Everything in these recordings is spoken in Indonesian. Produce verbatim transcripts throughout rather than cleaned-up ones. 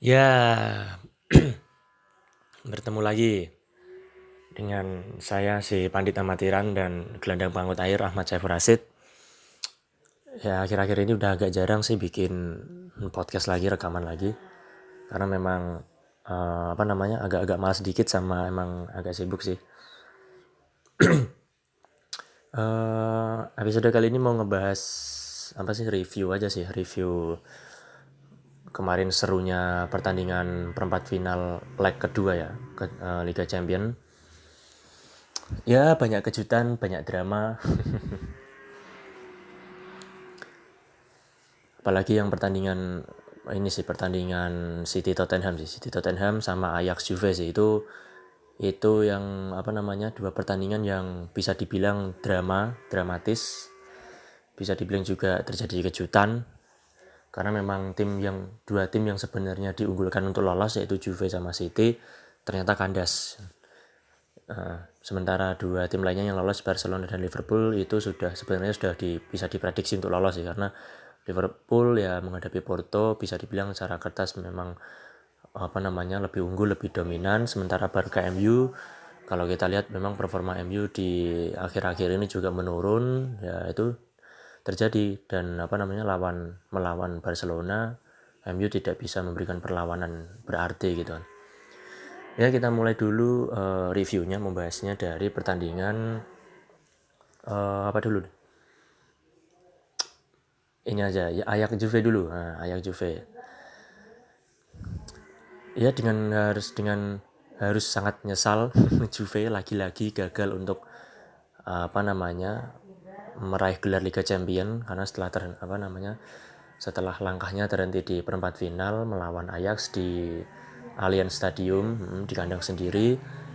Ya, bertemu lagi dengan saya si Pandit Amatiran dan gelandang panggut air Ahmad Saifur Rasid. Ya, akhir-akhir ini udah agak jarang sih bikin podcast lagi, rekaman lagi. Karena memang eh, apa namanya agak-agak malas sedikit sama emang agak sibuk sih. Eh, episode kali ini mau ngebahas apa sih review aja sih, review kemarin serunya pertandingan perempat final leg kedua ya, ke, eh, Liga Champion. Ya, banyak kejutan, banyak drama. Apalagi yang pertandingan ini sih pertandingan City Tottenham sih. City Tottenham sama Ajax Juve sih itu itu yang apa namanya dua pertandingan yang bisa dibilang drama, dramatis. Bisa dibilang juga terjadi kejutan karena memang tim yang dua tim yang sebenarnya diunggulkan untuk lolos yaitu Juve sama City ternyata kandas. Uh, sementara dua tim lainnya yang lolos Barcelona dan Liverpool itu sudah sebenarnya sudah di, bisa diprediksi untuk lolos sih karena Liverpool ya menghadapi Porto bisa dibilang secara kertas memang apa namanya lebih unggul, lebih dominan. Sementara Barca M U kalau kita lihat memang performa M U di akhir-akhir ini juga menurun, ya itu terjadi dan apa namanya lawan melawan Barcelona M U tidak bisa memberikan perlawanan berarti gitu kan. Ya kita mulai dulu uh, reviewnya membahasnya dari pertandingan uh, apa dulu ini aja ya Ajax Juve dulu. Nah, Ajax Juve ya dengan harus dengan harus sangat nyesal Juve lagi-lagi gagal untuk apa namanya meraih gelar Liga Champion karena setelah ter, apa namanya setelah langkahnya terhenti di perempat final melawan Ajax di Allianz Stadium hmm, di kandang sendiri.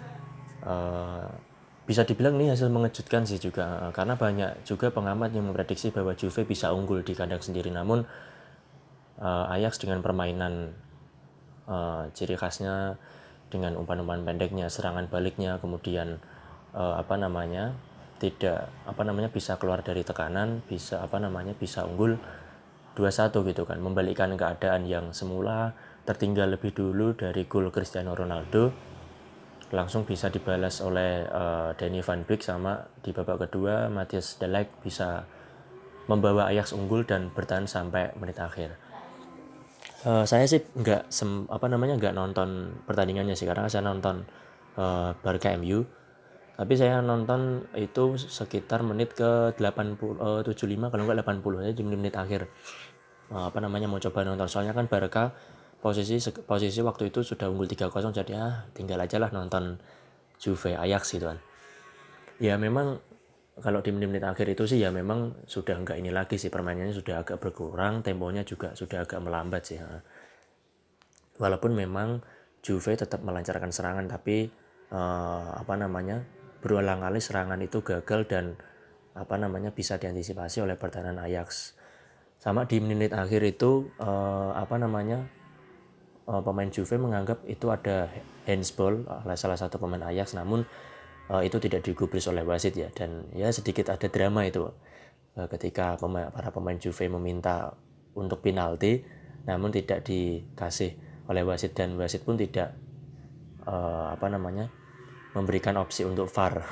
Uh, bisa dibilang ini hasil mengejutkan sih juga karena banyak juga pengamat yang memprediksi bahwa Juve bisa unggul di kandang sendiri, namun uh, Ajax dengan permainan uh, ciri khasnya dengan umpan-umpan pendeknya, serangan baliknya, kemudian uh, apa namanya tidak apa namanya bisa keluar dari tekanan, bisa apa namanya bisa unggul dua satu gitu kan, membalikkan keadaan yang semula tertinggal lebih dulu dari gol Cristiano Ronaldo langsung bisa dibalas oleh uh, Danny Van Beek sama di babak kedua Matthias de Ligt bisa membawa Ajax unggul dan bertahan sampai menit akhir. Uh, saya sih nggak sem apa namanya nggak nonton pertandingannya sih karena saya nonton uh, Barca M U, tapi saya nonton itu sekitar menit ke delapan puluh uh, tujuh puluh lima kalau nggak delapan puluh ya di menit akhir. Uh, apa namanya mau coba nonton soalnya kan Barca posisi posisi waktu itu sudah unggul tiga kosong jadi ah tinggal aja lah nonton Juve Ajax gitu kan. Ya memang kalau di menit-menit akhir itu sih ya memang sudah enggak ini lagi sih, permainannya sudah agak berkurang, temponya juga sudah agak melambat sih. Walaupun memang Juve tetap melancarkan serangan tapi eh, apa namanya berulang kali serangan itu gagal dan apa namanya bisa diantisipasi oleh pertahanan Ajax. Sama di menit akhir itu eh, apa namanya uh, pemain Juve menganggap itu ada handsball oleh salah satu pemain Ajax, namun uh, itu tidak digubris oleh wasit ya, dan ya sedikit ada drama itu uh, ketika pemain, para pemain Juve meminta untuk penalti namun tidak dikasih oleh wasit dan wasit pun tidak uh, apa namanya memberikan opsi untuk V A R.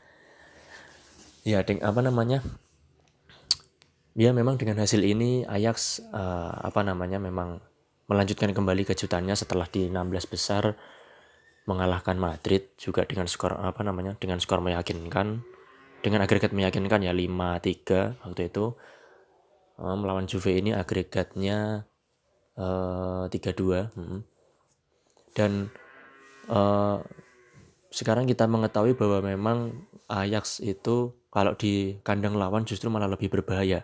Ya deng, apa namanya ya memang dengan hasil ini Ajax uh, apa namanya memang melanjutkan kembali kejutannya setelah di enam belas besar mengalahkan Madrid juga dengan skor apa namanya dengan skor meyakinkan, dengan agregat meyakinkan ya lima tiga waktu itu. Uh, melawan Juve ini agregatnya uh, tiga dua. Hmm. Dan uh, sekarang kita mengetahui bahwa memang Ajax itu kalau di kandang lawan justru malah lebih berbahaya.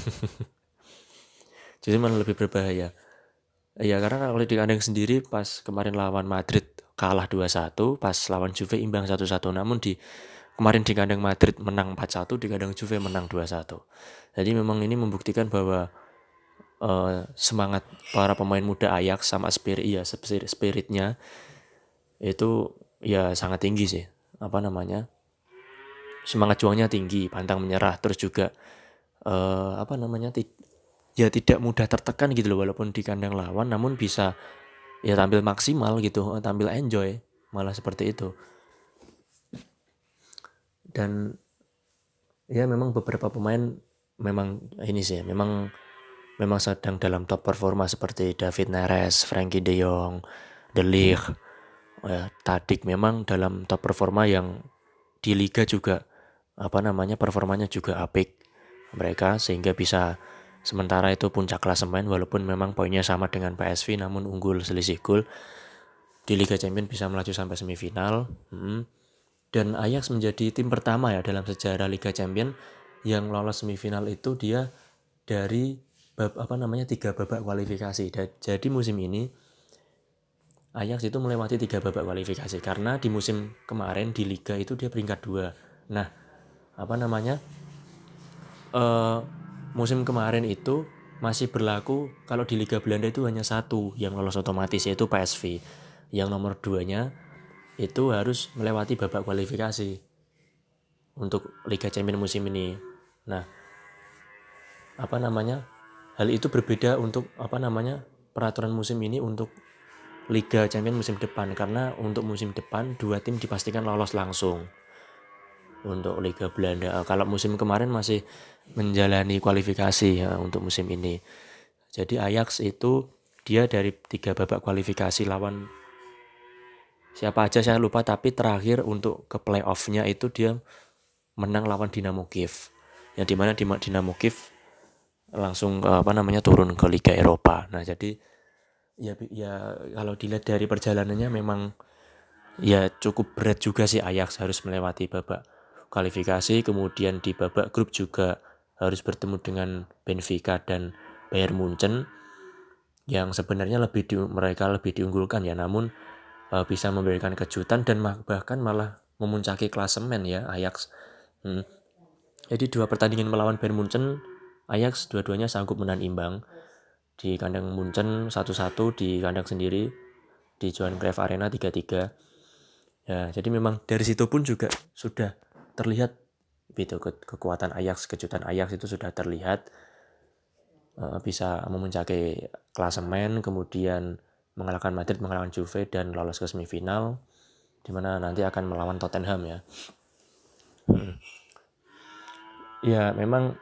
Justru malah lebih berbahaya. Ya karena kalau di kandang sendiri pas kemarin lawan Madrid kalah dua satu, pas lawan Juve imbang satu satu, namun di kemarin di kandang Madrid menang empat satu, di kandang Juve menang dua satu. Jadi memang ini membuktikan bahwa uh, semangat para pemain muda Ajax sama spirit ya spiritnya itu ya sangat tinggi sih. Apa namanya? Semangat juangnya tinggi, pantang menyerah, terus juga uh, apa namanya? T- ya tidak mudah tertekan gitu loh walaupun di kandang lawan namun bisa ya tampil maksimal gitu, tampil enjoy, malah seperti itu. Dan ya memang beberapa pemain memang ini sih, memang memang sedang dalam top performa seperti David Neres, Frankie De Jong, De Ligt, ya, Tadic memang dalam top performa yang di liga juga apa namanya performanya juga apik mereka, sehingga bisa sementara itu puncak klasemen walaupun memang poinnya sama dengan P S V namun unggul selisih gol di Liga Champions bisa melaju sampai semifinal. Hmm. Dan Ajax menjadi tim pertama ya dalam sejarah Liga Champions yang lolos semifinal itu dia dari bab, apa namanya tiga babak kualifikasi. Jadi musim ini Ajax itu melewati tiga babak kualifikasi karena di musim kemarin di Liga itu dia peringkat dua. Nah, apa namanya uh, musim kemarin itu masih berlaku kalau di Liga Belanda itu hanya satu yang lolos otomatis yaitu P S V. Yang nomor duanya itu harus melewati babak kualifikasi untuk Liga Champions musim ini. Nah, apa namanya? Hal itu berbeda untuk apa namanya? Peraturan musim ini untuk Liga Champions musim depan karena untuk musim depan dua tim dipastikan lolos langsung. Untuk Liga Belanda, kalau musim kemarin masih menjalani kualifikasi ya untuk musim ini. Jadi Ajax itu dia dari tiga babak kualifikasi lawan siapa aja saya lupa, tapi terakhir untuk ke playoff-nya itu dia menang lawan Dinamo Kiev. Yang dimana Dinamo Kiev langsung apa namanya turun ke Liga Eropa. Nah jadi ya ya kalau dilihat dari perjalanannya memang ya cukup berat juga sih Ajax harus melewati babak kualifikasi, kemudian di babak grup juga harus bertemu dengan Benfica dan Bayern Munchen yang sebenarnya lebih di, mereka lebih diunggulkan ya, namun uh, bisa memberikan kejutan dan bahkan malah memuncaki klasemen ya Ajax. Hmm. Jadi dua pertandingan melawan Bayern Munchen, Ajax dua-duanya sanggup menahan imbang di kandang Munchen satu satu, di kandang sendiri di Johan Cruyff Arena tiga tiga. Ya, jadi memang dari situ pun juga sudah terlihat gitu ke kekuatan Ajax, kejutan Ajax itu sudah terlihat uh, bisa memuncaki klasemen, kemudian mengalahkan Madrid, mengalahkan Juve dan lolos ke semifinal di mana nanti akan melawan Tottenham ya. Hmm. Ya, memang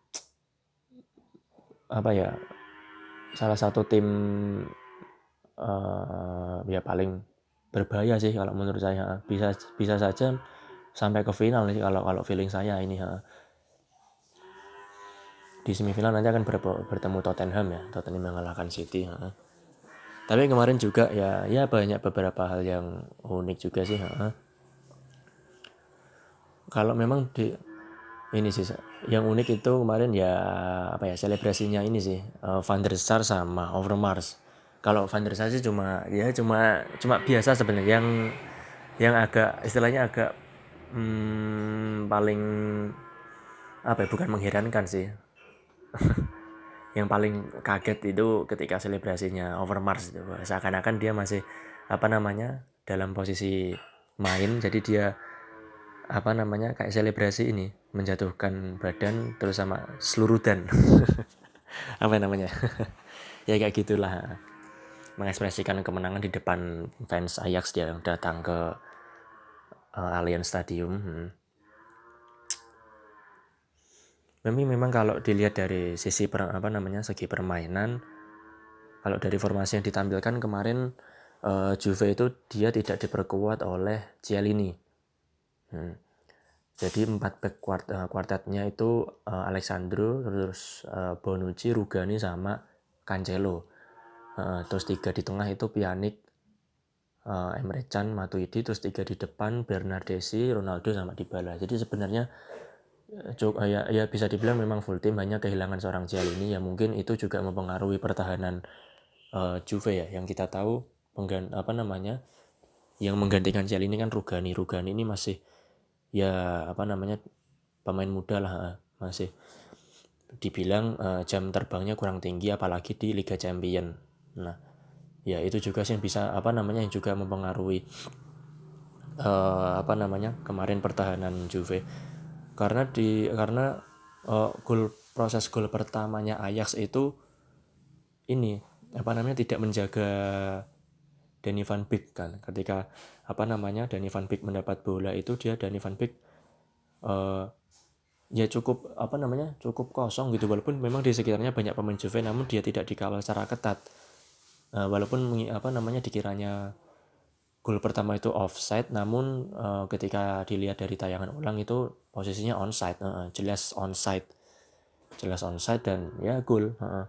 apa ya? Salah satu tim uh, ya paling berbahaya sih kalau menurut saya. Bisa bisa saja sampai ke final nih kalau kalau feeling saya ini ha. Di semifinal nanti akan bertemu Tottenham ya, Tottenham mengalahkan City ha. Tapi kemarin juga ya ya banyak beberapa hal yang unik juga sih ha. Kalau memang di ini sih yang unik itu kemarin ya apa ya selebrasinya ini sih uh, Van der Sar sama Overmars. Kalau Van der Sar sih cuma ya cuma cuma biasa sebenarnya, yang yang agak istilahnya agak hmm, paling apa ya bukan mengherankan sih. Yang paling kaget itu ketika selebrasinya Overmars itu seakan-akan dia masih apa namanya dalam posisi main, jadi dia apa namanya kayak selebrasi ini menjatuhkan badan terus sama seluruh dan apa namanya ya kayak gitulah, mengekspresikan kemenangan di depan fans Ajax dia yang datang ke uh, Allianz Stadium. hmm. Memang memang kalau dilihat dari sisi per, apa namanya segi permainan, kalau dari formasi yang ditampilkan kemarin uh, Juve itu dia tidak diperkuat oleh Chiellini. Hmm. Jadi empat back kuart, uh, kuartetnya itu uh, Alexandro, terus uh, Bonucci, Rugani sama Cancelo. Uh, terus tiga di tengah itu Pjanic, uh, Emre Can, Matuidi, terus tiga di depan Bernardeschi, Ronaldo sama Dybala. Jadi sebenarnya uh, ya, ya bisa dibilang memang full tim, hanya kehilangan seorang Chiellini ya mungkin itu juga mempengaruhi pertahanan uh, Juve ya. Yang kita tahu penggan apa namanya yang menggantikan Chiellini kan Rugani. Rugani ini masih ya apa namanya pemain muda lah, masih dibilang uh, jam terbangnya kurang tinggi apalagi di Liga Champions. Nah ya itu juga sih yang bisa apa namanya yang juga mempengaruhi uh, apa namanya kemarin pertahanan Juve, karena di karena uh, gol proses gol pertamanya Ajax itu ini apa namanya tidak menjaga Danny Van Beek kan. Ketika apa namanya Danny Van Beek mendapat bola itu dia Danny Van Beek uh, ya cukup apa namanya cukup kosong gitu, walaupun memang di sekitarnya banyak pemain Juve namun dia tidak dikawal secara ketat. Uh, walaupun apa namanya dikiranya gol pertama itu offside, namun uh, ketika dilihat dari tayangan ulang itu posisinya onside, uh, jelas onside, jelas onside dan ya gol. Uh.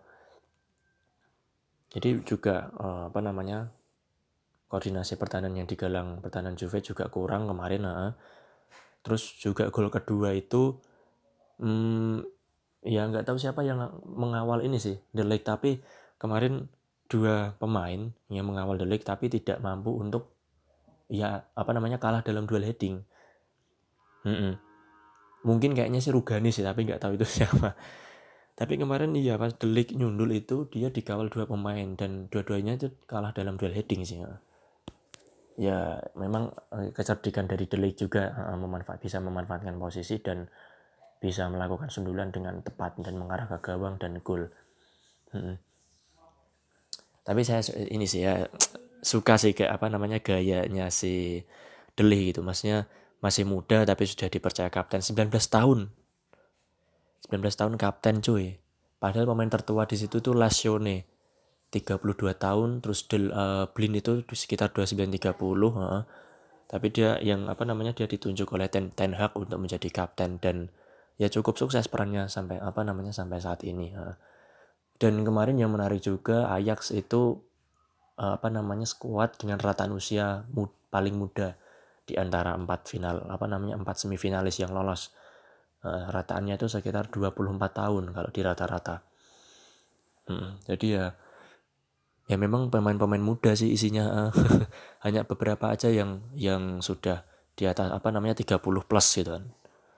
Jadi juga uh, apa namanya koordinasi pertahanan yang digalang pertahanan Juve juga kurang kemarin. Uh. Terus juga gol kedua itu, hmm, ya nggak tahu siapa yang mengawal ini sih, De Ligt, tapi kemarin dua pemain yang mengawal De Ligt tapi tidak mampu untuk ya apa namanya kalah dalam duel heading. Mm-mm. Mungkin kayaknya sih Rugani sih, tapi nggak tahu itu siapa. Tapi kemarin iya pas De Ligt nyundul itu dia dikawal dua pemain dan dua-duanya itu kalah dalam duel heading sih. Ya memang kecerdikan dari De Ligt juga memanfaat bisa memanfaatkan posisi dan bisa melakukan sundulan dengan tepat dan mengarah ke gawang dan gol. Mm-mm. Tapi saya ini sih ya suka sih kayak apa namanya gayanya si De Ligt gitu, maksudnya masih muda tapi sudah dipercaya kapten, sembilan belas tahun sembilan belas tahun kapten cuy, padahal pemain tertua di situ tuh Lazione tiga puluh dua tahun, terus Del, uh, Blin itu sekitar dua puluh sembilan tiga puluh, uh, tapi dia yang apa namanya dia ditunjuk oleh Ten, Ten Hag untuk menjadi kapten dan ya cukup sukses perannya sampai apa namanya sampai saat ini. Uh. Dan kemarin yang menarik juga Ajax itu uh, apa namanya skuad dengan rataan usia mud, paling muda di antara empat final apa namanya empat semifinalis yang lolos. Uh, rataannya itu sekitar dua puluh empat tahun kalau di rata-rata. Hmm, jadi ya ya memang pemain-pemain muda sih isinya. Uh, hanya beberapa aja yang yang sudah di atas apa namanya tiga puluh plus gitu kan.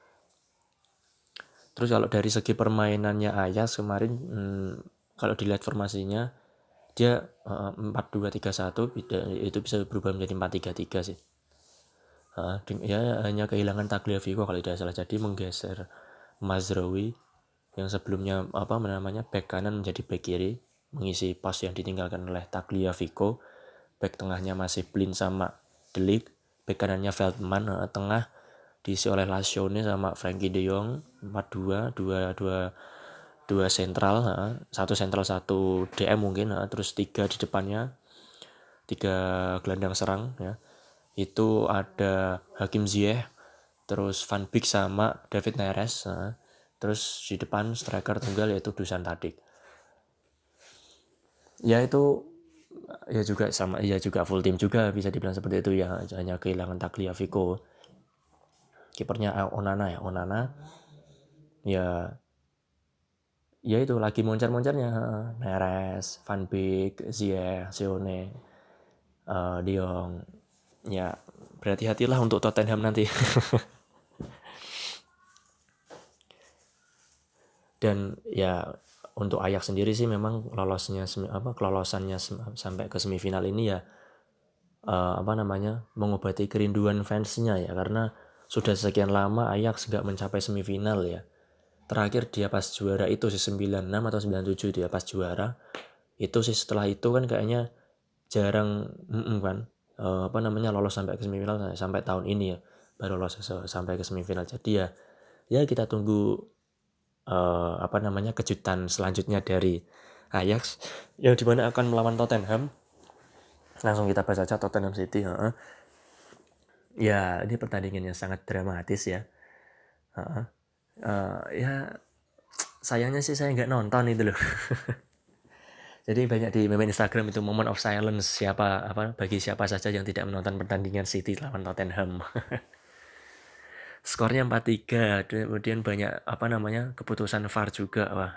Terus kalau dari segi permainannya Ajax kemarin, hmm, kalau dilihat formasinya dia uh, empat dua tiga satu itu bisa berubah menjadi empat tiga tiga sih. Uh, ya hanya kehilangan Tagliafico kalau tidak salah, jadi menggeser Mazraoui yang sebelumnya apa namanya back kanan menjadi back kiri, mengisi pos yang ditinggalkan oleh Tagliafico. Back tengahnya masih Blin sama De Ligt, back kanannya Veltman, uh, tengah diisi oleh Lazione sama Frankie De Jong, empat dua dua dua dua sentral, uh, satu sentral satu D M mungkin, uh, terus tiga di depannya, tiga gelandang serang ya. Itu ada Hakim Ziyech, terus Van Beek sama David Neres, nah. Terus di depan striker tunggal yaitu Dusan Tadic. Ya itu ya juga sama ya juga full team juga bisa dibilang seperti itu ya, hanya kehilangan Tagliafico. Kipernya Onana ya, Onana ya ya itu lagi moncar-moncarnya, Neres, Van Beek, Ziyech, Sione, uh, De Jong. Ya berhati-hatilah untuk Tottenham nanti. Dan ya untuk Ajax sendiri sih memang lolosnya apa kelolosannya sampai ke semifinal ini ya uh, apa namanya mengobati kerinduan fansnya ya, karena sudah sekian lama Ajax nggak mencapai semifinal ya. Terakhir dia pas juara itu sih sembilan puluh enam atau sembilan puluh tujuh dia pas juara. Itu sih setelah itu kan kayaknya jarang mm kan uh, apa namanya lolos sampai ke semifinal sampai tahun ini ya baru lolos sampai ke semifinal. Jadi ya ya kita tunggu uh, apa namanya kejutan selanjutnya dari Ajax yang dimana akan melawan Tottenham. Langsung kita bahas aja Tottenham City. Uh. Ya ini pertandingannya sangat dramatis ya. Uh, uh, ya sayangnya sih saya nggak nonton itu loh. Jadi banyak di meme Instagram itu moment of silence siapa apa bagi siapa saja yang tidak menonton pertandingan City lawan Tottenham. Skornya empat tiga, kemudian banyak apa namanya keputusan V A R juga, wah.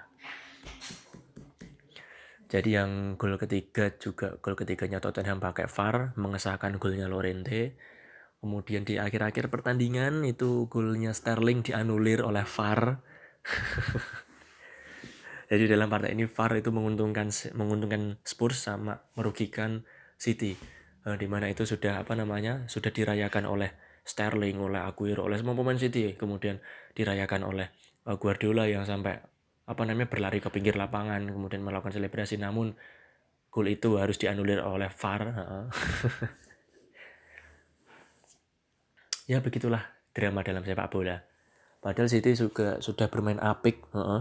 Jadi yang gol ketiga juga gol ketiganya Tottenham pakai V A R mengesahkan golnya Llorente. Kemudian di akhir-akhir pertandingan itu golnya Sterling dianulir oleh V A R. Jadi dalam partai ini V A R itu menguntungkan menguntungkan Spurs sama merugikan City. Uh, di mana itu sudah apa namanya sudah dirayakan oleh Sterling, oleh Aguero, oleh semua pemain City. Kemudian dirayakan oleh uh, Guardiola yang sampai apa namanya berlari ke pinggir lapangan kemudian melakukan selebrasi. Namun gol itu harus dianulir oleh V A R. Ya begitulah drama dalam sepak bola. Padahal City juga sudah bermain apik, uh-uh.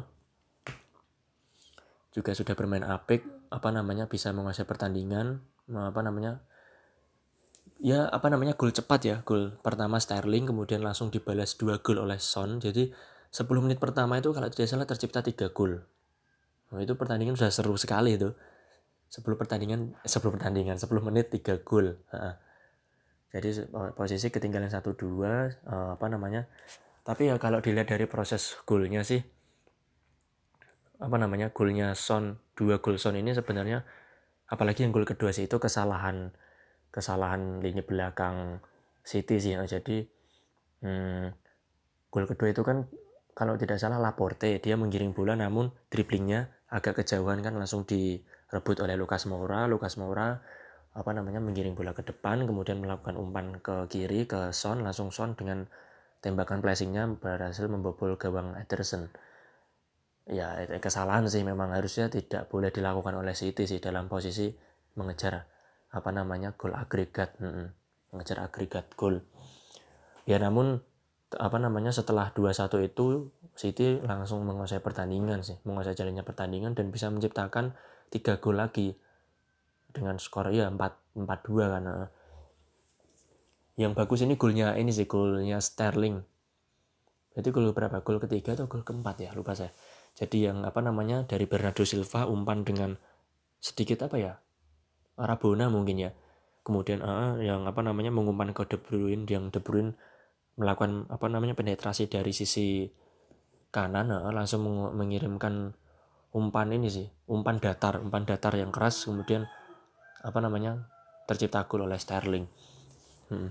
juga sudah bermain apik, apa namanya bisa menguasai pertandingan, apa namanya, ya apa namanya gol cepat ya, gol pertama Sterling kemudian langsung dibalas dua gol oleh Son. Jadi sepuluh menit pertama itu kalau tidak salah tercipta tiga gol. Nah, itu pertandingan sudah seru sekali itu. sepuluh pertandingan, sepuluh pertandingan, sepuluh menit tiga gol. Uh-uh. Jadi posisi ketinggalan satu dua, uh, apa namanya? Tapi ya kalau dilihat dari proses golnya sih, apa namanya golnya Son, dua gol Son ini sebenarnya, apalagi yang gol kedua sih itu kesalahan kesalahan lini belakang City sih ya. Jadi hmm, gol kedua itu kan kalau tidak salah Laporte, dia menggiring bola namun driblingnya agak kejauhan kan, langsung direbut oleh Lucas Moura. Lucas Moura apa namanya menggiring bola ke depan, kemudian melakukan umpan ke kiri ke Son, langsung Son dengan tembakan flashingnya berhasil membobol gawang Ederson. Ya kesalahan sih, memang harusnya tidak boleh dilakukan oleh City sih dalam posisi mengejar apa namanya gol agregat, mm-mm. mengejar agregat gol. Ya namun apa namanya setelah dua satu itu City langsung menguasai pertandingan sih, menguasai jalannya pertandingan dan bisa menciptakan tiga gol lagi dengan skor ya empat dua kan. Yang bagus ini golnya ini sih, golnya Sterling. Jadi gol berapa? Gol ketiga atau gol keempat ya, lupa saya. Jadi yang apa namanya dari Bernardo Silva umpan dengan sedikit apa ya, Rabona mungkin ya. Kemudian uh, yang apa namanya mengumpan ke De Bruyne, yang De Bruyne melakukan apa namanya penetrasi dari sisi kanan, uh, langsung mengirimkan umpan ini sih, umpan datar, umpan datar yang keras, kemudian apa namanya tercipta gol oleh Sterling. Hmm.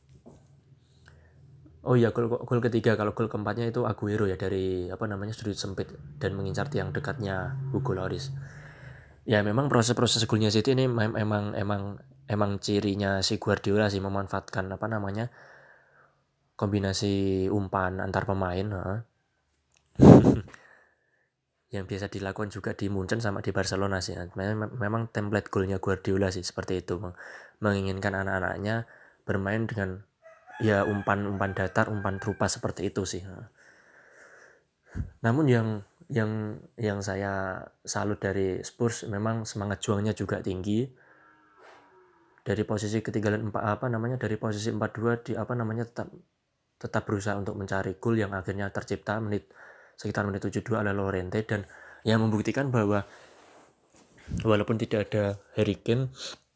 Oh iya, gol gol ketiga, kalau gol keempatnya itu Aguero ya, dari apa namanya sudut sempit dan mengincar tiang dekatnya Hugo Lloris. Ya memang proses-proses golnya City ini mem- emang emang emang cirinya si Guardiola sih, memanfaatkan apa namanya kombinasi umpan antar pemain, huh? yang biasa dilakukan juga di Munchen sama di Barcelona sih. Memang, memang template golnya Guardiola sih seperti itu, menginginkan anak-anaknya bermain dengan ya umpan-umpan datar, umpan terupa seperti itu sih. Namun yang yang yang saya salut dari Spurs, memang semangat juangnya juga tinggi. Dari posisi ketinggalan empat apa namanya dari posisi empat dua di apa namanya tetap tetap berusaha untuk mencari gol yang akhirnya tercipta menit sekitar menit tujuh puluh dua oleh Llorente, dan yang membuktikan bahwa walaupun tidak ada Harry Kane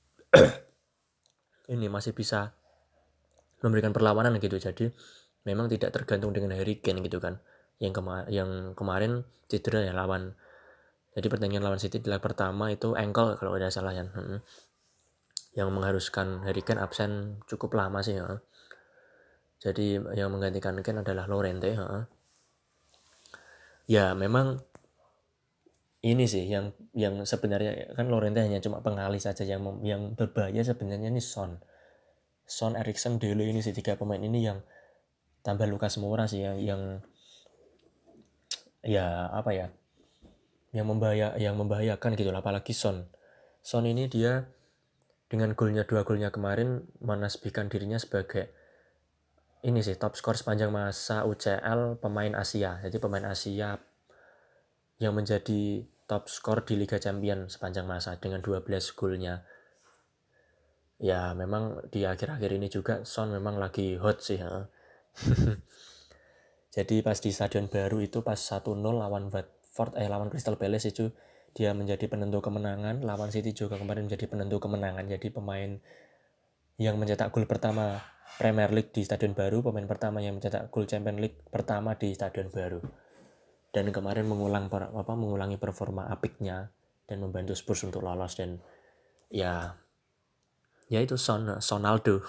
ini masih bisa memberikan perlawanan gitu. Jadi memang tidak tergantung dengan Harry Kane gitu kan, yang kema yang kemarin cedera ya lawan, jadi pertandingan lawan City di leg pertama itu ankle kalau tidak salah ya, hmm. yang mengharuskan Harry Kane absen cukup lama sih ya. Jadi yang menggantikan Kane adalah Llorente, ya. Ya memang ini sih yang yang sebenarnya kan Llorente hanya cuma pengalih saja, yang yang berbahaya sebenarnya ini Son. Son, Eriksen, Dele ini sih, tiga pemain ini yang tambah Lucas Moura sih ya, yang ya apa ya? yang membahaya yang membahayakan gitu lah, apalagi Son. Son ini dia dengan golnya dua golnya kemarin menasbihkan dirinya sebagai ini sih top skor sepanjang masa U C L pemain Asia. Jadi pemain Asia yang menjadi top skor di Liga Champions sepanjang masa dengan dua belas golnya. Ya memang di akhir-akhir ini juga Son memang lagi hot sih ya. Jadi pas di Stadion Baru itu pas satu nol lawan Watford eh lawan Crystal Palace itu dia menjadi penentu kemenangan, lawan City juga kemarin menjadi penentu kemenangan. Jadi pemain yang mencetak gol pertama Premier League di Stadion Baru, pemain pertama yang mencetak gol Champions League pertama di Stadion Baru. Dan kemarin mengulang apa mengulangi performa apiknya dan membantu Spurs untuk lolos, dan ya ya itu Son Sonaldo.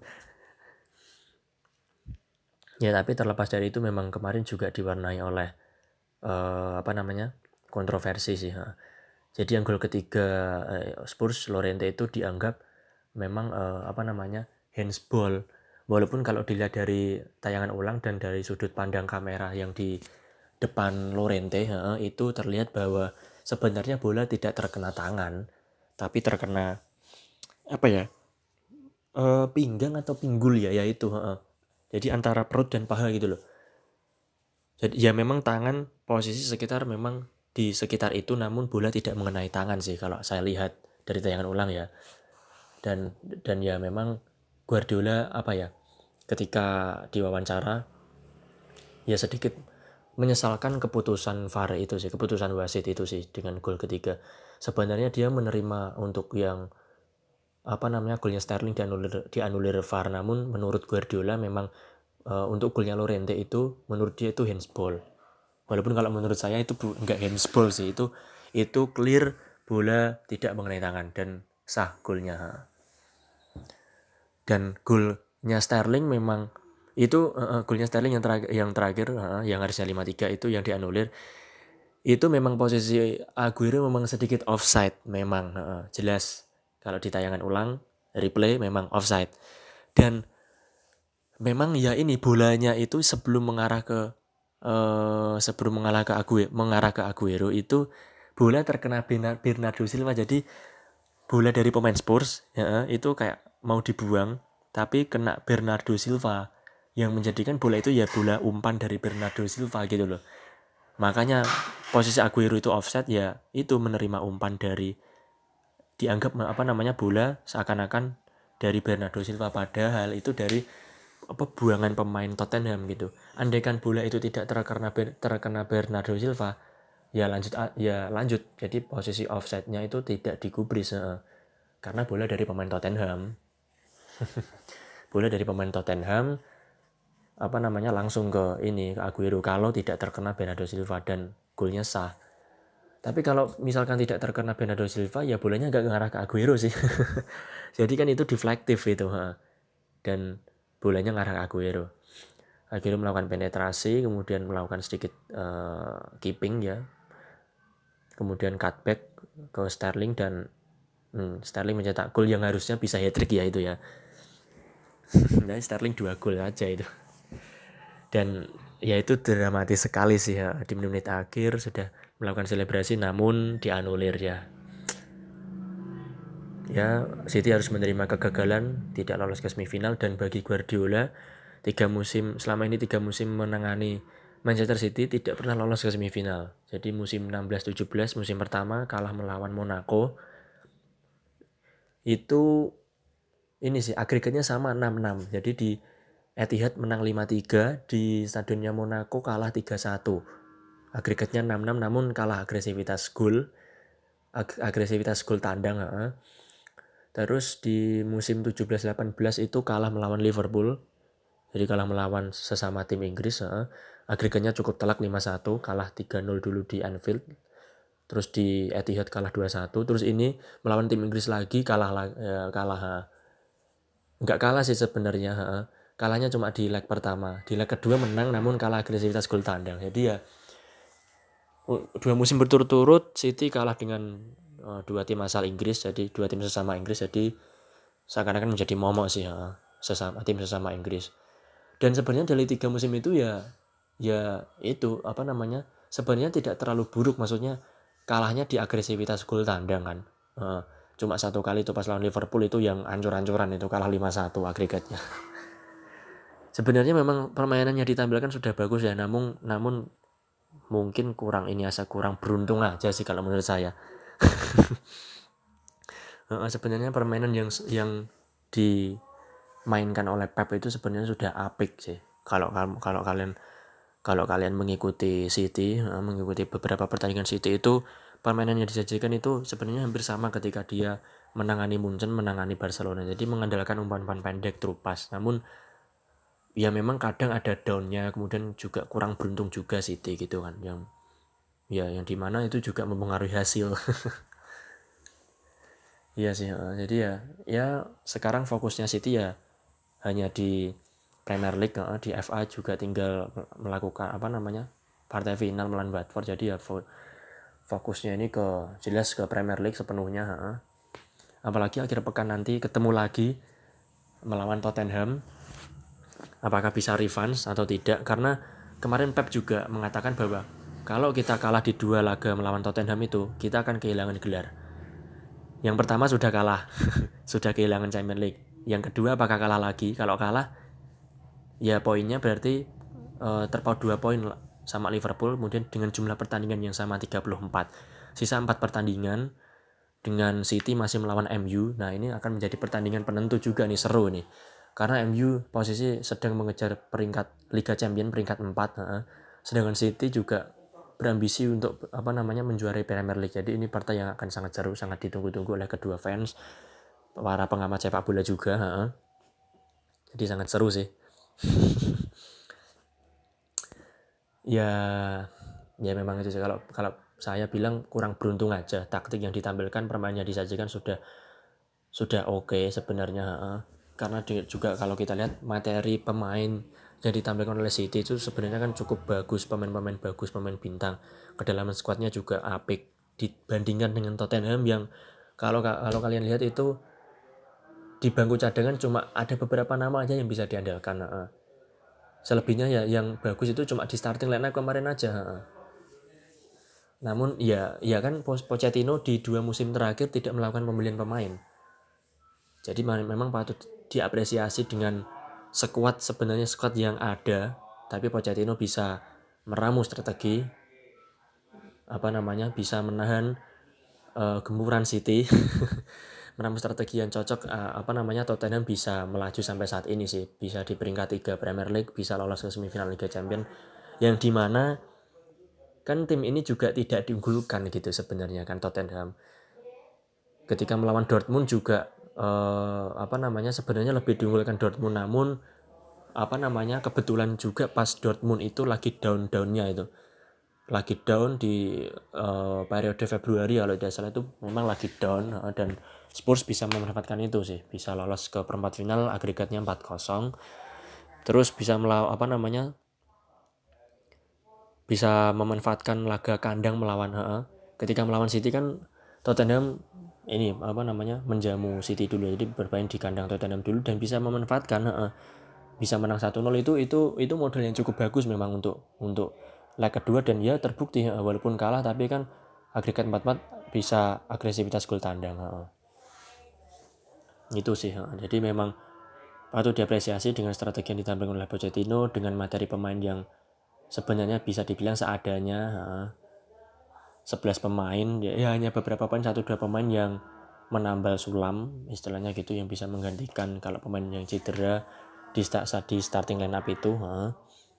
Ya tapi terlepas dari itu memang kemarin juga diwarnai oleh uh, apa namanya kontroversi sih. Ha. Jadi yang gol ketiga uh, Spurs Llorente itu dianggap memang uh, apa namanya handsball, walaupun kalau dilihat dari tayangan ulang dan dari sudut pandang kamera yang di depan Llorente, uh, itu terlihat bahwa sebenarnya bola tidak terkena tangan, tapi terkena apa ya e, pinggang atau pinggul ya ya itu he. Jadi antara perut dan paha gitu loh. Jadi ya memang tangan posisi sekitar memang di sekitar itu, namun bola tidak mengenai tangan sih kalau saya lihat dari tayangan ulang ya. Dan dan ya memang Guardiola apa ya ketika diwawancara ya sedikit menyesalkan keputusan V A R itu sih, keputusan wasit itu sih dengan gol ketiga. Sebenarnya dia menerima untuk yang apa namanya golnya Sterling dianulir dianulir V A R, namun menurut Guardiola memang e, untuk golnya Llorente itu menurut dia itu handsball. Walaupun kalau menurut saya itu enggak handsball sih, itu itu clear bola tidak mengenai tangan dan sah golnya. Dan golnya Sterling memang itu uh, golnya Sterling yang terakhir yang terakhir uh, yang harusnya lima tiga itu yang dianulir. Itu memang posisi Aguero memang sedikit offside memang uh, jelas. Kalau di tayangan ulang replay memang offside. Dan memang ya ini bolanya itu sebelum mengarah ke uh, sebelum mengarah ke Aguero, mengarah ke Aguero itu bola terkena Bernardo Silva. Jadi bola dari pemain Spurs ya, itu kayak mau dibuang tapi kena Bernardo Silva yang menjadikan bola itu ya bola umpan dari Bernardo Silva gitu loh. Makanya posisi Aguero itu offside ya itu menerima umpan dari dianggap apa namanya bola seakan-akan dari Bernardo Silva, padahal itu dari apa buangan pemain Tottenham gitu. Andaikan bola itu tidak terkena terkena Bernardo Silva ya lanjut ya lanjut jadi posisi offside-nya itu tidak digubris eh. Karena bola dari pemain Tottenham. Bola dari pemain Tottenham apa namanya langsung ke ini ke Aguero kalau tidak terkena Bernardo Silva dan golnya sah. Tapi kalau misalkan tidak terkena Bernardo Silva ya bolanya nggak ngarah ke Aguero sih. Jadi kan itu deflektif itu ha. Dan bolanya ngarah ke Aguero. Aguero melakukan penetrasi, kemudian melakukan sedikit uh, keeping ya, kemudian cutback ke Sterling dan hmm, Sterling mencetak gol yang harusnya bisa hat-trick ya itu ya. Nah Sterling dua gol aja itu. Dan ya itu dramatis sekali sih ya, di menit akhir sudah melakukan selebrasi namun dianulir ya. Ya City harus menerima kegagalan, tidak lolos ke semifinal. Dan bagi Guardiola tiga musim selama ini tiga musim menangani Manchester City tidak pernah lolos ke semifinal. Jadi musim enam belas tujuh belas musim pertama kalah melawan Monaco. Itu ini sih agregatnya sama enam enam. Jadi di Etihad menang lima tiga, di stadionnya Monaco kalah tiga satu. Agregatnya enam enam namun kalah agresivitas gol. Ag- agresivitas gol tandang, ha. Terus di musim tujuh belas delapan belas itu kalah melawan Liverpool. Jadi kalah melawan sesama tim Inggris, ha. Agregatnya cukup telak lima satu, kalah tiga nol dulu di Anfield. Terus di Etihad kalah dua satu. Terus ini melawan tim Inggris lagi kalah ya, kalah. Ha. Enggak kalah sih sebenarnya, ha. Kalahnya cuma di leg pertama. Di leg kedua menang namun kalah agresivitas gol tandang. Jadi ya dua musim berturut-turut City kalah dengan uh, dua tim asal Inggris, jadi dua tim sesama Inggris, jadi seakan-akan menjadi momok sih ya, sesama tim sesama Inggris. Dan sebenarnya dari tiga musim itu ya ya itu apa namanya sebenarnya tidak terlalu buruk, maksudnya kalahnya di agresivitas gol tandang kan. Uh, cuma satu kali itu pas lawan Liverpool itu yang ancur-ancuran itu kalah lima satu agregatnya. Sebenarnya memang permainannya ditampilkan sudah bagus ya, namun namun mungkin kurang ini asa kurang beruntung aja sih kalau menurut saya. Sebenarnya permainan yang yang dimainkan oleh Pep itu sebenarnya sudah apik sih. Kalau kalau kalian kalau kalian mengikuti City, mengikuti beberapa pertandingan City itu permainan yang disajikan itu sebenarnya hampir sama ketika dia menangani Munchen, menangani Barcelona. Jadi mengandalkan umpan-umpan pendek, through pass. Namun ya memang kadang ada downnya, kemudian juga kurang beruntung juga City gitu kan, yang ya yang dimana itu juga mempengaruhi hasil. Iya sih, jadi ya ya sekarang fokusnya City ya hanya di Premier League, di F A juga tinggal melakukan apa namanya partai final melawan Watford. Jadi ya fokusnya ini ke jelas ke Premier League sepenuhnya. Apalagi akhir pekan nanti ketemu lagi melawan Tottenham. Apakah bisa revanche atau tidak? Karena kemarin Pep juga mengatakan bahwa kalau kita kalah di dua laga melawan Tottenham itu, kita akan kehilangan gelar. Yang pertama sudah kalah, sudah kehilangan Champions League. Yang kedua apakah kalah lagi? Kalau kalah, ya poinnya berarti uh, terpaut dua poin sama Liverpool, kemudian dengan jumlah pertandingan yang sama tiga puluh empat. Sisa empat pertandingan dengan City masih melawan M U. Nah ini akan menjadi pertandingan penentu juga nih, seru nih. Karena M U posisi sedang mengejar peringkat Liga Champions peringkat empat, uh, sedangkan City juga berambisi untuk apa namanya menjuarai Premier League. Jadi ini partai yang akan sangat seru, sangat ditunggu-tunggu oleh kedua fans, para pengamat sepak bola juga. Uh. Jadi sangat seru sih. ya, ya memang itu sih. Kalau kalau saya bilang kurang beruntung aja. Taktik yang ditampilkan, permainannya disajikan sudah sudah oke okay sebenarnya. Uh. Karena juga kalau kita lihat materi pemain yang ditampilkan oleh City itu sebenarnya kan cukup bagus, pemain-pemain bagus, pemain bintang. Kedalaman skuadnya juga apik dibandingkan dengan Tottenham yang kalau kalau kalian lihat itu di bangku cadangan cuma ada beberapa nama aja yang bisa diandalkan. Selebihnya ya yang bagus itu cuma di starting line up kemarin aja. Namun ya ya kan Pochettino di dua musim terakhir tidak melakukan pembelian pemain. Jadi memang patut diapresiasi dengan sekuat sebenarnya sekuat yang ada, tapi Pochettino bisa meramu strategi apa namanya bisa menahan uh, gempuran City meramu strategi yang cocok. uh, apa namanya Tottenham bisa melaju sampai saat ini sih, bisa di peringkat tiga Premier League, bisa lolos ke semifinal Liga Champions, yang dimana kan tim ini juga tidak diunggulkan gitu sebenarnya kan. Tottenham ketika melawan Dortmund juga uh, apa namanya sebenarnya lebih diunggulkan Dortmund, namun apa namanya kebetulan juga pas Dortmund itu lagi down-downnya itu lagi down di uh, periode Februari kalau tidak salah, itu memang lagi down, uh, dan Spurs bisa memanfaatkan itu sih, bisa lolos ke perempat final agregatnya empat kosong, terus bisa melawan apa namanya bisa memanfaatkan laga kandang melawan uh, ketika melawan City kan Tottenham ini apa namanya menjamu City dulu, jadi bermain di kandang Tottenham dulu dan bisa memanfaatkan uh, bisa menang satu nol. itu itu itu model yang cukup bagus memang untuk untuk leg kedua, dan ya terbukti uh, walaupun kalah tapi kan agregat empat empat bisa agresivitas gol tandang. Uh. Itu sih. Uh. Jadi memang patut diapresiasi dengan strategi yang ditampilkan oleh Pochettino dengan materi pemain yang sebenarnya bisa dibilang seadanya. Uh. sebelas pemain ya, ya hanya beberapa pemain, satu dua pemain yang menambal sulam istilahnya gitu, yang bisa menggantikan kalau pemain yang cedera di start di starting line up itu. Huh?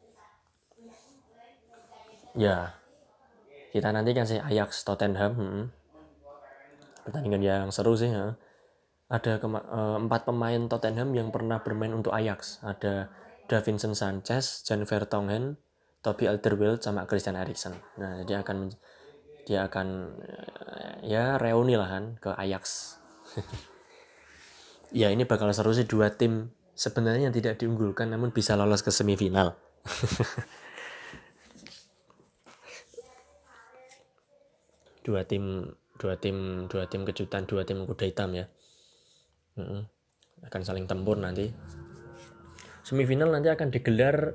Ya kita nantikan sih Ajax Tottenham. Hmm. Pertandingan yang seru sih. Huh? Ada kema- uh, empat pemain Tottenham yang pernah bermain untuk Ajax. Ada Davinson Sanchez, Jan Vertonghen, Toby Alderweireld sama Christian Eriksen. Nah dia akan dia akan ya reuni lah kan ke Ajax. Ya ini bakal seru sih, dua tim sebenarnya yang tidak diunggulkan namun bisa lolos ke semifinal. dua tim dua tim dua tim kejutan, dua tim kuda hitam ya. Mm-mm. Akan saling tempur nanti. Semifinal nanti akan digelar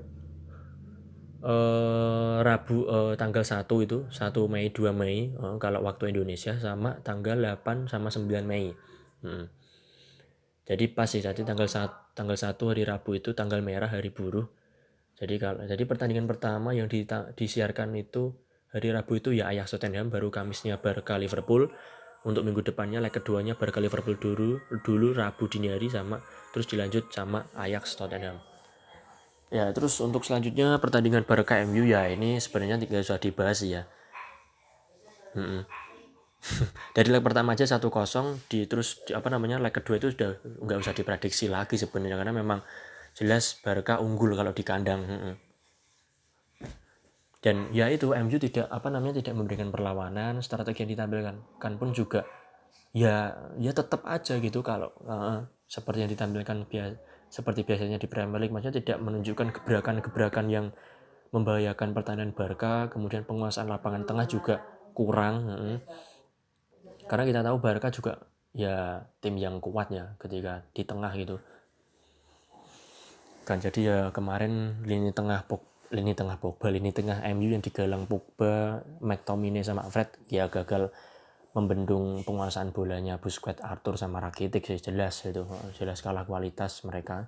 uh, Rabu uh, tanggal satu itu, satu Mei, dua Mei uh, kalau waktu Indonesia, sama tanggal delapan sama sembilan Mei. Mm. Jadi pas sih tadi tanggal satu, tanggal satu hari Rabu itu tanggal merah, hari buruh. Jadi kalau jadi pertandingan pertama yang di, disiarkan itu hari Rabu itu ya Ajax Tottenham, baru Kamisnya Barca Liverpool. Untuk minggu depannya leg keduanya Barca Liverpool dulu dulu Rabu dini hari, sama terus dilanjut sama Ajax Tottenham. Ya terus untuk selanjutnya pertandingan Barca M U ya ini sebenarnya tidak usah dibahas ya. Hmm. Dari leg pertama aja satu kosong, di terus di, apa namanya leg kedua itu sudah nggak usah diprediksi lagi sebenarnya, karena memang jelas Barca unggul kalau di kandang. Hmm. Dan ya itu M U tidak apa namanya tidak memberikan perlawanan, strategi yang ditampilkan kan pun juga ya ya tetap aja gitu kalau uh, seperti yang ditampilkan biasa seperti biasanya di Premier League, maksudnya tidak menunjukkan gebrakan-gebrakan yang membahayakan pertahanan Barca. Kemudian penguasaan lapangan tengah juga kurang. Hmm. Karena kita tahu Barca juga ya tim yang kuat ya ketika di tengah gitu kan. Jadi ya kemarin lini tengah lini tengah Pogba, lini tengah M U yang digalang Pogba, McTominay sama Fred ya gagal membendung penguasaan bolanya Busquets, Arthur sama Rakitic sih, jelas itu, jelas kalah kualitas mereka.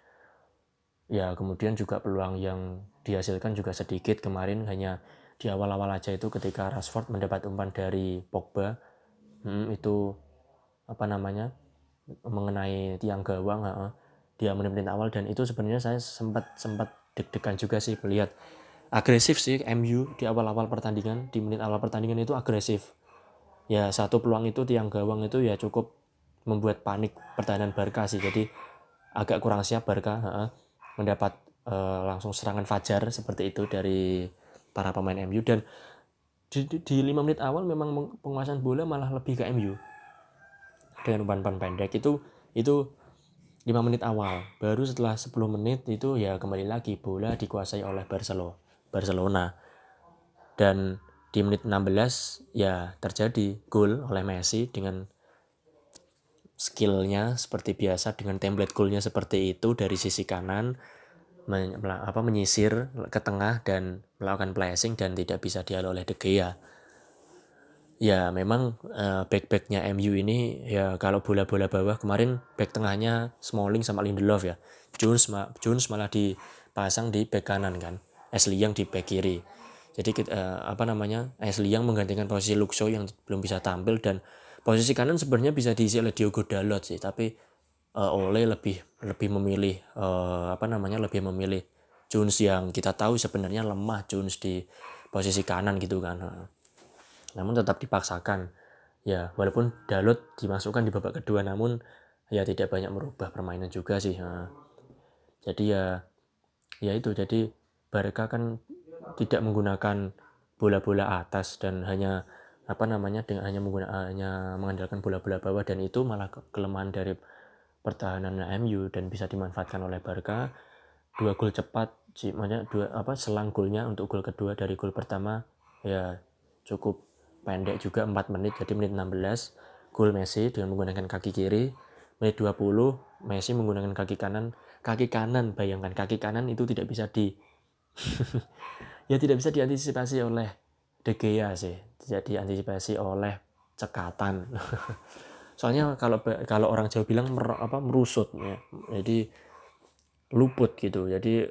Ya kemudian juga peluang yang dihasilkan juga sedikit kemarin, hanya di awal-awal aja itu ketika Rashford mendapat umpan dari Pogba, hmm, itu apa namanya mengenai tiang gawang, ha, dia menit-menit awal, dan itu sebenarnya saya sempat sempat deg-degan juga sih melihat agresif sih M U di awal-awal pertandingan, di menit awal pertandingan itu agresif. Ya satu peluang itu tiang gawang itu ya cukup membuat panik pertahanan Barca sih, jadi agak kurang siap Barca, ha, mendapat uh, langsung serangan fajar seperti itu dari para pemain M U, dan di, di, di lima menit awal memang penguasaan bola malah lebih ke M U dengan umpan-umpan pendek itu itu lima menit awal. Baru setelah sepuluh menit itu ya kembali lagi bola dikuasai oleh Barcelona. Barcelona. Dan di menit enam belas ya terjadi gol oleh Messi dengan skillnya seperti biasa, dengan template golnya seperti itu dari sisi kanan, men, apa, menyisir ke tengah dan melakukan flashing dan tidak bisa dihalau oleh De Gea. Ya memang uh, back-backnya M U ini ya kalau bola-bola bawah kemarin back tengahnya Smalling sama Lindelof ya. Jones, Jones malah dipasang di back kanan kan. Ashley Young di back kiri. Jadi uh, apa namanya Ashley Young menggantikan posisi Luke Shaw yang belum bisa tampil, dan posisi kanan sebenarnya bisa diisi oleh Diogo Dalot sih, tapi uh, Ole lebih lebih memilih uh, apa namanya lebih memilih Jones yang kita tahu sebenarnya lemah Jones di posisi kanan gitu kan. Namun tetap dipaksakan ya, walaupun Dalot dimasukkan di babak kedua, namun ya tidak banyak merubah permainan juga sih. Nah, jadi ya ya itu jadi Barca kan tidak menggunakan bola-bola atas dan hanya apa namanya dengan hanya menggunakan hanya mengandalkan bola-bola bawah, dan itu malah kelemahan dari pertahanan M U dan bisa dimanfaatkan oleh Barca. Dua gol cepat sih, maksudnya dua apa selang golnya untuk gol kedua dari gol pertama ya cukup pendek juga, empat menit, jadi menit enam belas gol Messi dengan menggunakan kaki kiri, menit dua puluh Messi menggunakan kaki kanan. Kaki kanan, bayangkan kaki kanan itu tidak bisa di ya tidak bisa diantisipasi oleh De Gea sih, tidak diantisipasi oleh cekatan. Soalnya kalau kalau orang Jawa bilang mer, apa merusut ya, jadi luput gitu, jadi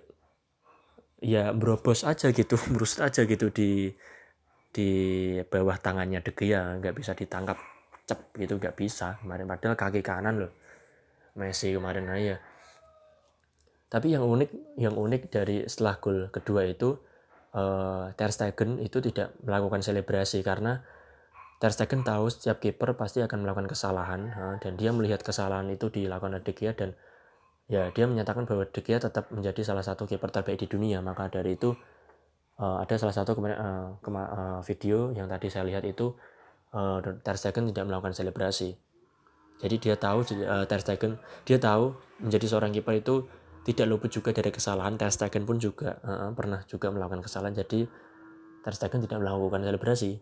ya berobos aja gitu, merusut aja gitu di di bawah tangannya De Gea, nggak bisa ditangkap cep gitu, nggak bisa kemarin, padahal kaki kanan loh Messi kemarin aja. Tapi yang unik yang unik dari setelah gol kedua itu uh, Ter Stegen itu tidak melakukan selebrasi, karena Ter Stegen tahu setiap kiper pasti akan melakukan kesalahan, uh, dan dia melihat kesalahan itu dilakukan oleh De Gea, dan ya dia menyatakan bahwa De Gea tetap menjadi salah satu kiper terbaik di dunia. Maka dari itu uh, ada salah satu kemarin uh, kema- uh, video yang tadi saya lihat itu uh, Ter Stegen tidak melakukan selebrasi. Jadi dia tahu uh, Ter Stegen dia tahu menjadi seorang kiper itu tidak luput juga dari kesalahan. Ter Stegen pun juga uh, pernah juga melakukan kesalahan, jadi Ter Stegen tidak melakukan selebrasi.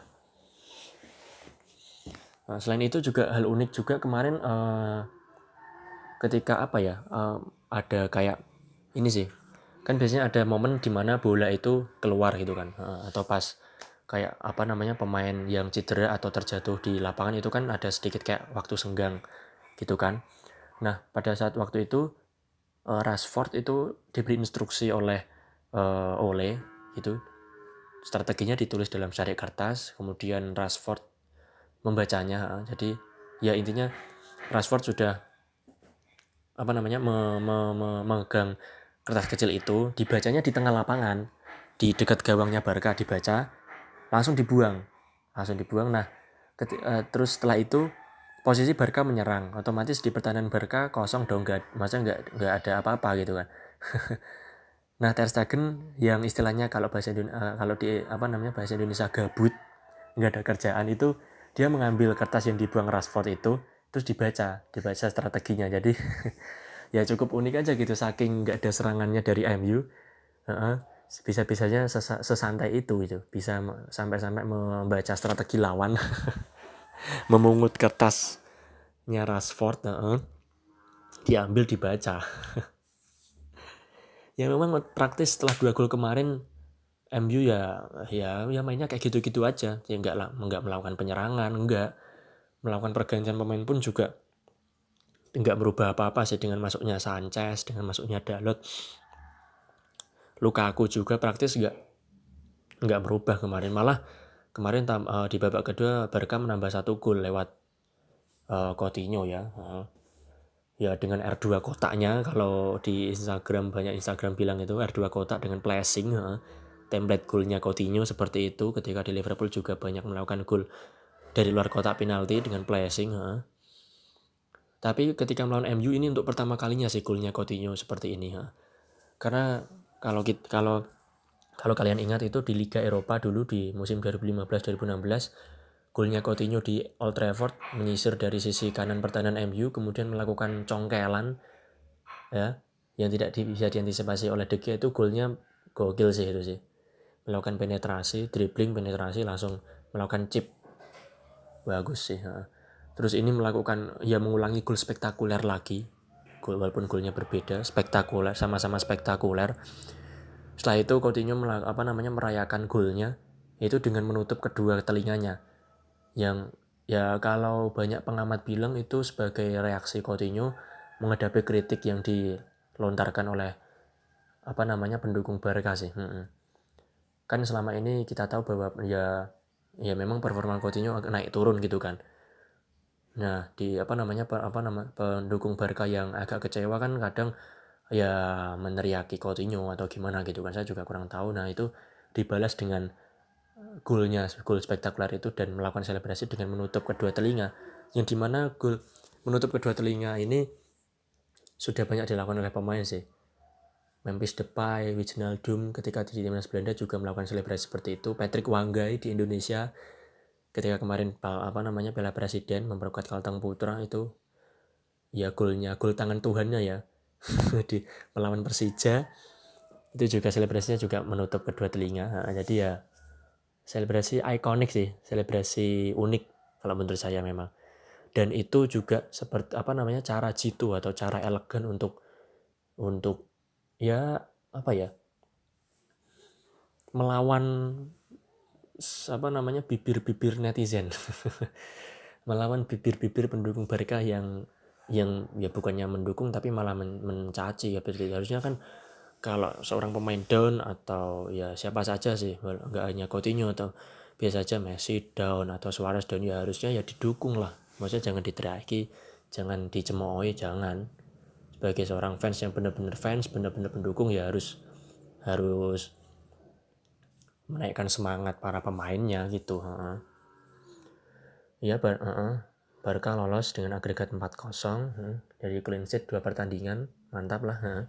Nah, selain itu juga hal unik juga kemarin uh, ketika apa ya uh, ada kayak ini sih, kan biasanya ada momen dimana bola itu keluar gitu kan, uh, atau pas kayak apa namanya pemain yang cedera atau terjatuh di lapangan itu kan ada sedikit kayak waktu senggang gitu kan. Nah pada saat waktu itu uh, Rashford itu diberi instruksi oleh uh, Ole gitu, strateginya ditulis dalam syariat kertas, kemudian Rashford membacanya. Jadi ya intinya Rashford sudah apa namanya me, me, me, memegang kertas kecil itu, dibacanya di tengah lapangan di dekat gawangnya Barca, dibaca langsung dibuang langsung dibuang. Nah keti, uh, terus setelah itu posisi Barca menyerang, otomatis di pertahanan Barca kosong dong, nggak masa nggak nggak ada apa-apa gitu kan. Nah Ter Stegen yang istilahnya kalau bahasa Indonesia, uh, kalau di apa namanya bahasa Indonesia gabut, nggak ada kerjaan, itu dia mengambil kertas yang dibuang Rashford itu terus dibaca dibaca strateginya. Jadi ya cukup unik aja gitu, saking nggak ada serangannya dari M U, uh-uh, bisa-bisanya ses- sesantai itu gitu, bisa sampai-sampai membaca strategi lawan. Memungut kertasnya Rashford, uh-uh, diambil dibaca. Ya memang praktis setelah dua gol kemarin M U ya ya ya mainnya kayak gitu-gitu aja, ya nggak lah nggak melakukan penyerangan, nggak melakukan pergantian pemain pun juga nggak merubah apa-apa sih dengan masuknya Sanchez, dengan masuknya Dalot, Lukaku juga praktis nggak nggak merubah kemarin, malah kemarin tam, uh, di babak kedua Barca menambah satu gol lewat uh, Coutinho ya. Uh, ya dengan R dua kotaknya, kalau di Instagram banyak Instagram bilang itu R dua kotak dengan flashing, uh, template golnya Coutinho seperti itu. Ketika di Liverpool juga banyak melakukan gol dari luar kotak penalti dengan flashing. Uh. Tapi ketika melawan M U ini untuk pertama kalinya sih golnya Coutinho seperti ini. Uh. Karena kalau kita, kalau kalau kalian ingat itu di Liga Eropa dulu di musim dua ribu lima belas dua ribu enam belas, golnya Coutinho di Old Trafford menyisir dari sisi kanan pertahanan M U, kemudian melakukan congkelan ya yang tidak bisa diantisipasi oleh De Gea, itu golnya gokil sih itu sih. Melakukan penetrasi, dribbling, penetrasi, langsung melakukan chip, bagus sih. Ha. Terus ini melakukan ya mengulangi gol spektakuler lagi, gol walaupun golnya berbeda, spektakuler, sama-sama spektakuler. Setelah itu Coutinho apa namanya merayakan golnya itu dengan menutup kedua telinganya, yang ya kalau banyak pengamat bilang itu sebagai reaksi Coutinho menghadapi kritik yang dilontarkan oleh apa namanya pendukung Barca sih. Hmm. Kan selama ini kita tahu bahwa ya ya memang performa Coutinho naik turun gitu kan. Nah di apa namanya apa nama pendukung Barca yang agak kecewa kan kadang ya meneriaki Coutinho atau gimana gitu kan, saya juga kurang tahu. Nah itu dibalas dengan golnya, gol spektakuler itu, dan melakukan selebrasi dengan menutup kedua telinga, yang dimana gol menutup kedua telinga ini sudah banyak dilakukan oleh pemain sih. Memphis Depay, Wijnaldum ketika di timnas Belanda juga melakukan selebrasi seperti itu. Patrick Wanggai di Indonesia ketika kemarin apa namanya Piala Presiden memperkuat Kalteng Putra itu ya golnya, gol tangan Tuhannya ya di melawan Persija itu juga selebrasinya juga menutup kedua telinga. Nah, jadi ya selebrasi ikonik sih, selebrasi unik kalau menurut saya memang. Dan itu juga seperti apa namanya cara jitu atau cara elegan untuk untuk ya apa ya melawan apa namanya bibir-bibir netizen melawan bibir-bibir pendukung Barca yang yang ya bukannya mendukung tapi malah men mencaci ya. Harusnya kan kalau seorang pemain down atau ya siapa saja sih, nggak hanya Coutinho atau biasa aja Messi down atau Suarez down, ya harusnya ya didukung lah, maksudnya jangan diteriaki, jangan dicemoohi, jangan. Sebagai seorang fans yang benar-benar fans, benar-benar pendukung, ya harus harus menaikkan semangat para pemainnya gitu. Heeh. Ya bar heeh. Barca lolos dengan agregat empat kosong, hmm. Dari clean sheet dua pertandingan, mantap lah. Heeh.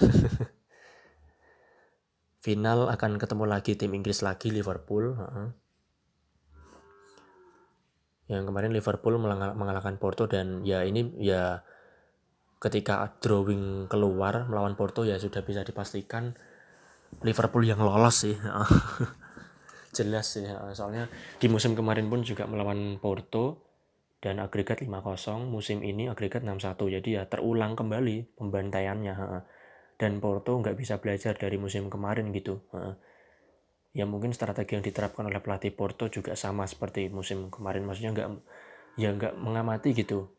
Final akan ketemu lagi tim Inggris lagi, Liverpool. Uh-huh. Yang kemarin Liverpool mengalahkan Porto, dan ya ini ya ketika drawing keluar melawan Porto ya sudah bisa dipastikan Liverpool yang lolos sih. Jelas sih, soalnya di musim kemarin pun juga melawan Porto dan agregat lima kosong, musim ini agregat enam satu, jadi ya terulang kembali pembantaiannya. Dan Porto nggak bisa belajar dari musim kemarin gitu. Ya mungkin strategi yang diterapkan oleh pelatih Porto juga sama seperti musim kemarin, maksudnya nggak ya nggak mengamati gitu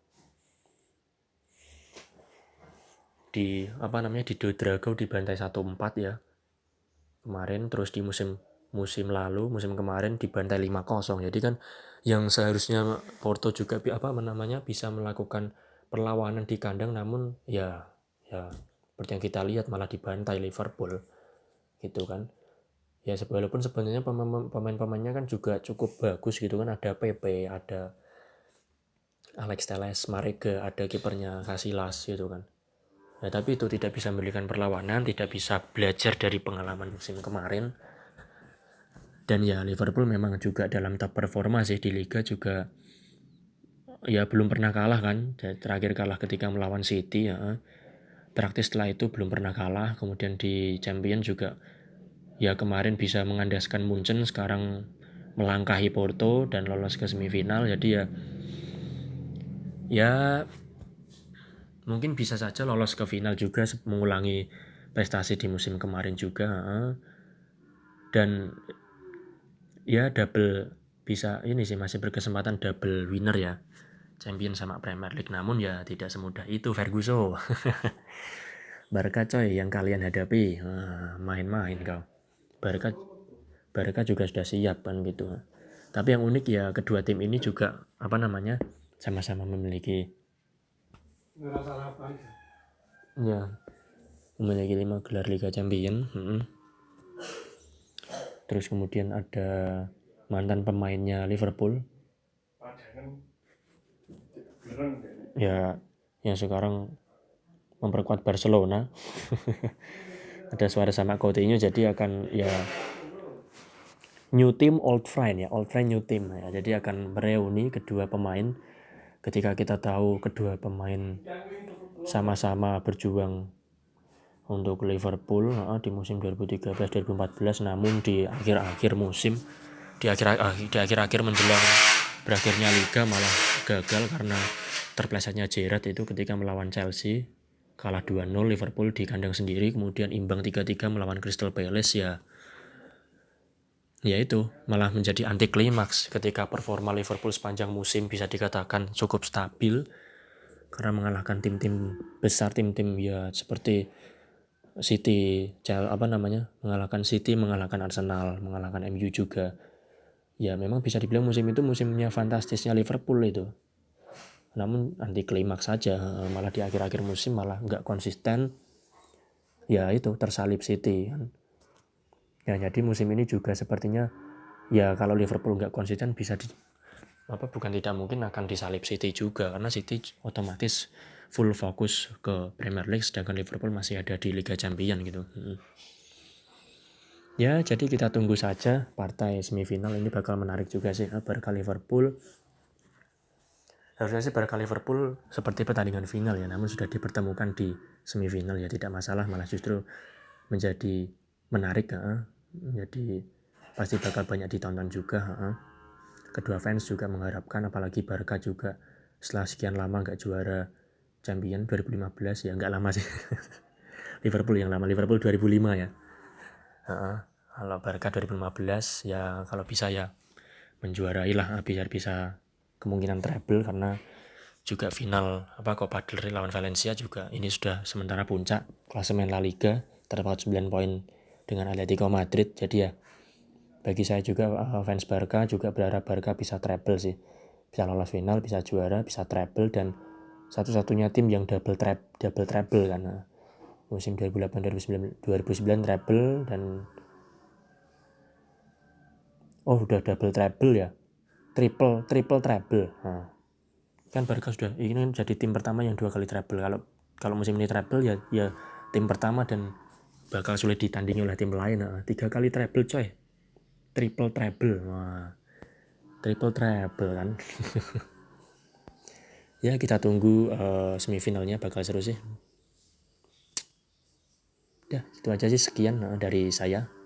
di apa namanya di Dragao dibantai satu empat ya kemarin, terus di musim musim lalu musim kemarin dibantai lima kosong. Jadi kan yang seharusnya Porto juga apa namanya bisa melakukan perlawanan di kandang, namun ya ya seperti yang kita lihat malah dibantai Liverpool gitu kan. Ya walaupun sebenarnya pemain-pemainnya kan juga cukup bagus gitu kan, ada Pepe, ada Alex Telles, Marega, ada kipernya Casillas gitu kan. Ya tapi itu tidak bisa memberikan perlawanan, tidak bisa belajar dari pengalaman musim kemarin. Dan ya Liverpool memang juga dalam top performa sih di Liga juga, ya belum pernah kalah kan. Terakhir kalah ketika melawan City ya. Praktis setelah itu belum pernah kalah. Kemudian di Champion juga ya kemarin bisa mengandaskan Munchen, sekarang melangkahi Porto dan lolos ke semifinal. Jadi ya ya mungkin bisa saja lolos ke final juga, mengulangi prestasi di musim kemarin juga. dan ya double bisa ini sih, masih berkesempatan double winner ya, Champion sama Premier League. Namun ya tidak semudah itu Ferguson. Barca coy yang kalian hadapi, ah, main-main kau. Barca Barca juga sudah siap kan gitu. Tapi yang unik ya kedua tim ini juga apa namanya sama-sama memiliki ya memiliki lima gelar Liga Champion. Hmm. Terus kemudian ada mantan pemainnya Liverpool ya yang sekarang memperkuat Barcelona. Ada suara sama Coutinho, jadi akan ya new team old friend ya, old friend new team ya. Jadi akan mereuni kedua pemain ketika kita tahu kedua pemain sama-sama berjuang untuk Liverpool uh, di musim dua ribu tiga belas dua ribu empat belas, namun di akhir-akhir musim di akhir di akhir-akhir menjelang berakhirnya liga malah gagal karena terplesetnya Gerrard itu ketika melawan Chelsea, kalah dua nol Liverpool di kandang sendiri, kemudian imbang tiga tiga melawan Crystal Palace ya. Ya itu malah menjadi anti klimaks ketika performa Liverpool sepanjang musim bisa dikatakan cukup stabil karena mengalahkan tim-tim besar, tim-tim ya seperti City, apa namanya, mengalahkan City, mengalahkan Arsenal, mengalahkan M U juga. Ya memang bisa dibilang musim itu musimnya fantastisnya Liverpool itu. Namun anti klimaks saja, malah di akhir-akhir musim malah nggak konsisten. Ya itu tersalip City. Ya jadi musim ini juga sepertinya ya kalau Liverpool nggak konsisten bisa di, apa bukan tidak mungkin akan disalip City juga, karena City otomatis full fokus ke Premier League sedangkan Liverpool masih ada di Liga Champion gitu. Hmm. Ya jadi kita tunggu saja partai semifinal ini bakal menarik juga sih. Barca Liverpool harusnya sih Barca Liverpool seperti pertandingan final ya, namun sudah dipertemukan di semifinal ya tidak masalah, malah justru menjadi menarik ya. Jadi pasti bakal banyak ditonton juga ya. Kedua fans juga mengharapkan, apalagi Barca juga setelah sekian lama nggak juara Champion dua ribu lima belas ya, nggak lama sih. Liverpool yang lama, Liverpool dua ribu lima ya. Uh, kalau Barca dua ribu lima belas ya kalau bisa ya menjuarai lah biar bisa kemungkinan treble, karena juga final apa Copa del Rey lawan Valencia juga ini sudah sementara puncak klasemen La Liga terpaut sembilan poin dengan Atletico Madrid. Jadi ya bagi saya juga uh, fans Barca juga berharap Barca bisa treble sih, bisa lolos final, bisa juara, bisa treble, dan satu-satunya tim yang double trap double treble karena musim dua ribu delapan dua ribu sembilan treble dan oh udah double treble ya, triple triple treble. Nah, kan Barca sudah ini jadi tim pertama yang dua kali treble. Kalau kalau musim ini treble ya ya tim pertama dan bakal sulit ditandingi oleh tim lain. Nah, tiga kali treble coy, triple treble. Wah, triple treble kan. Ya kita tunggu uh, semifinalnya bakal seru sih. Ya itu aja sih, sekian uh, dari saya.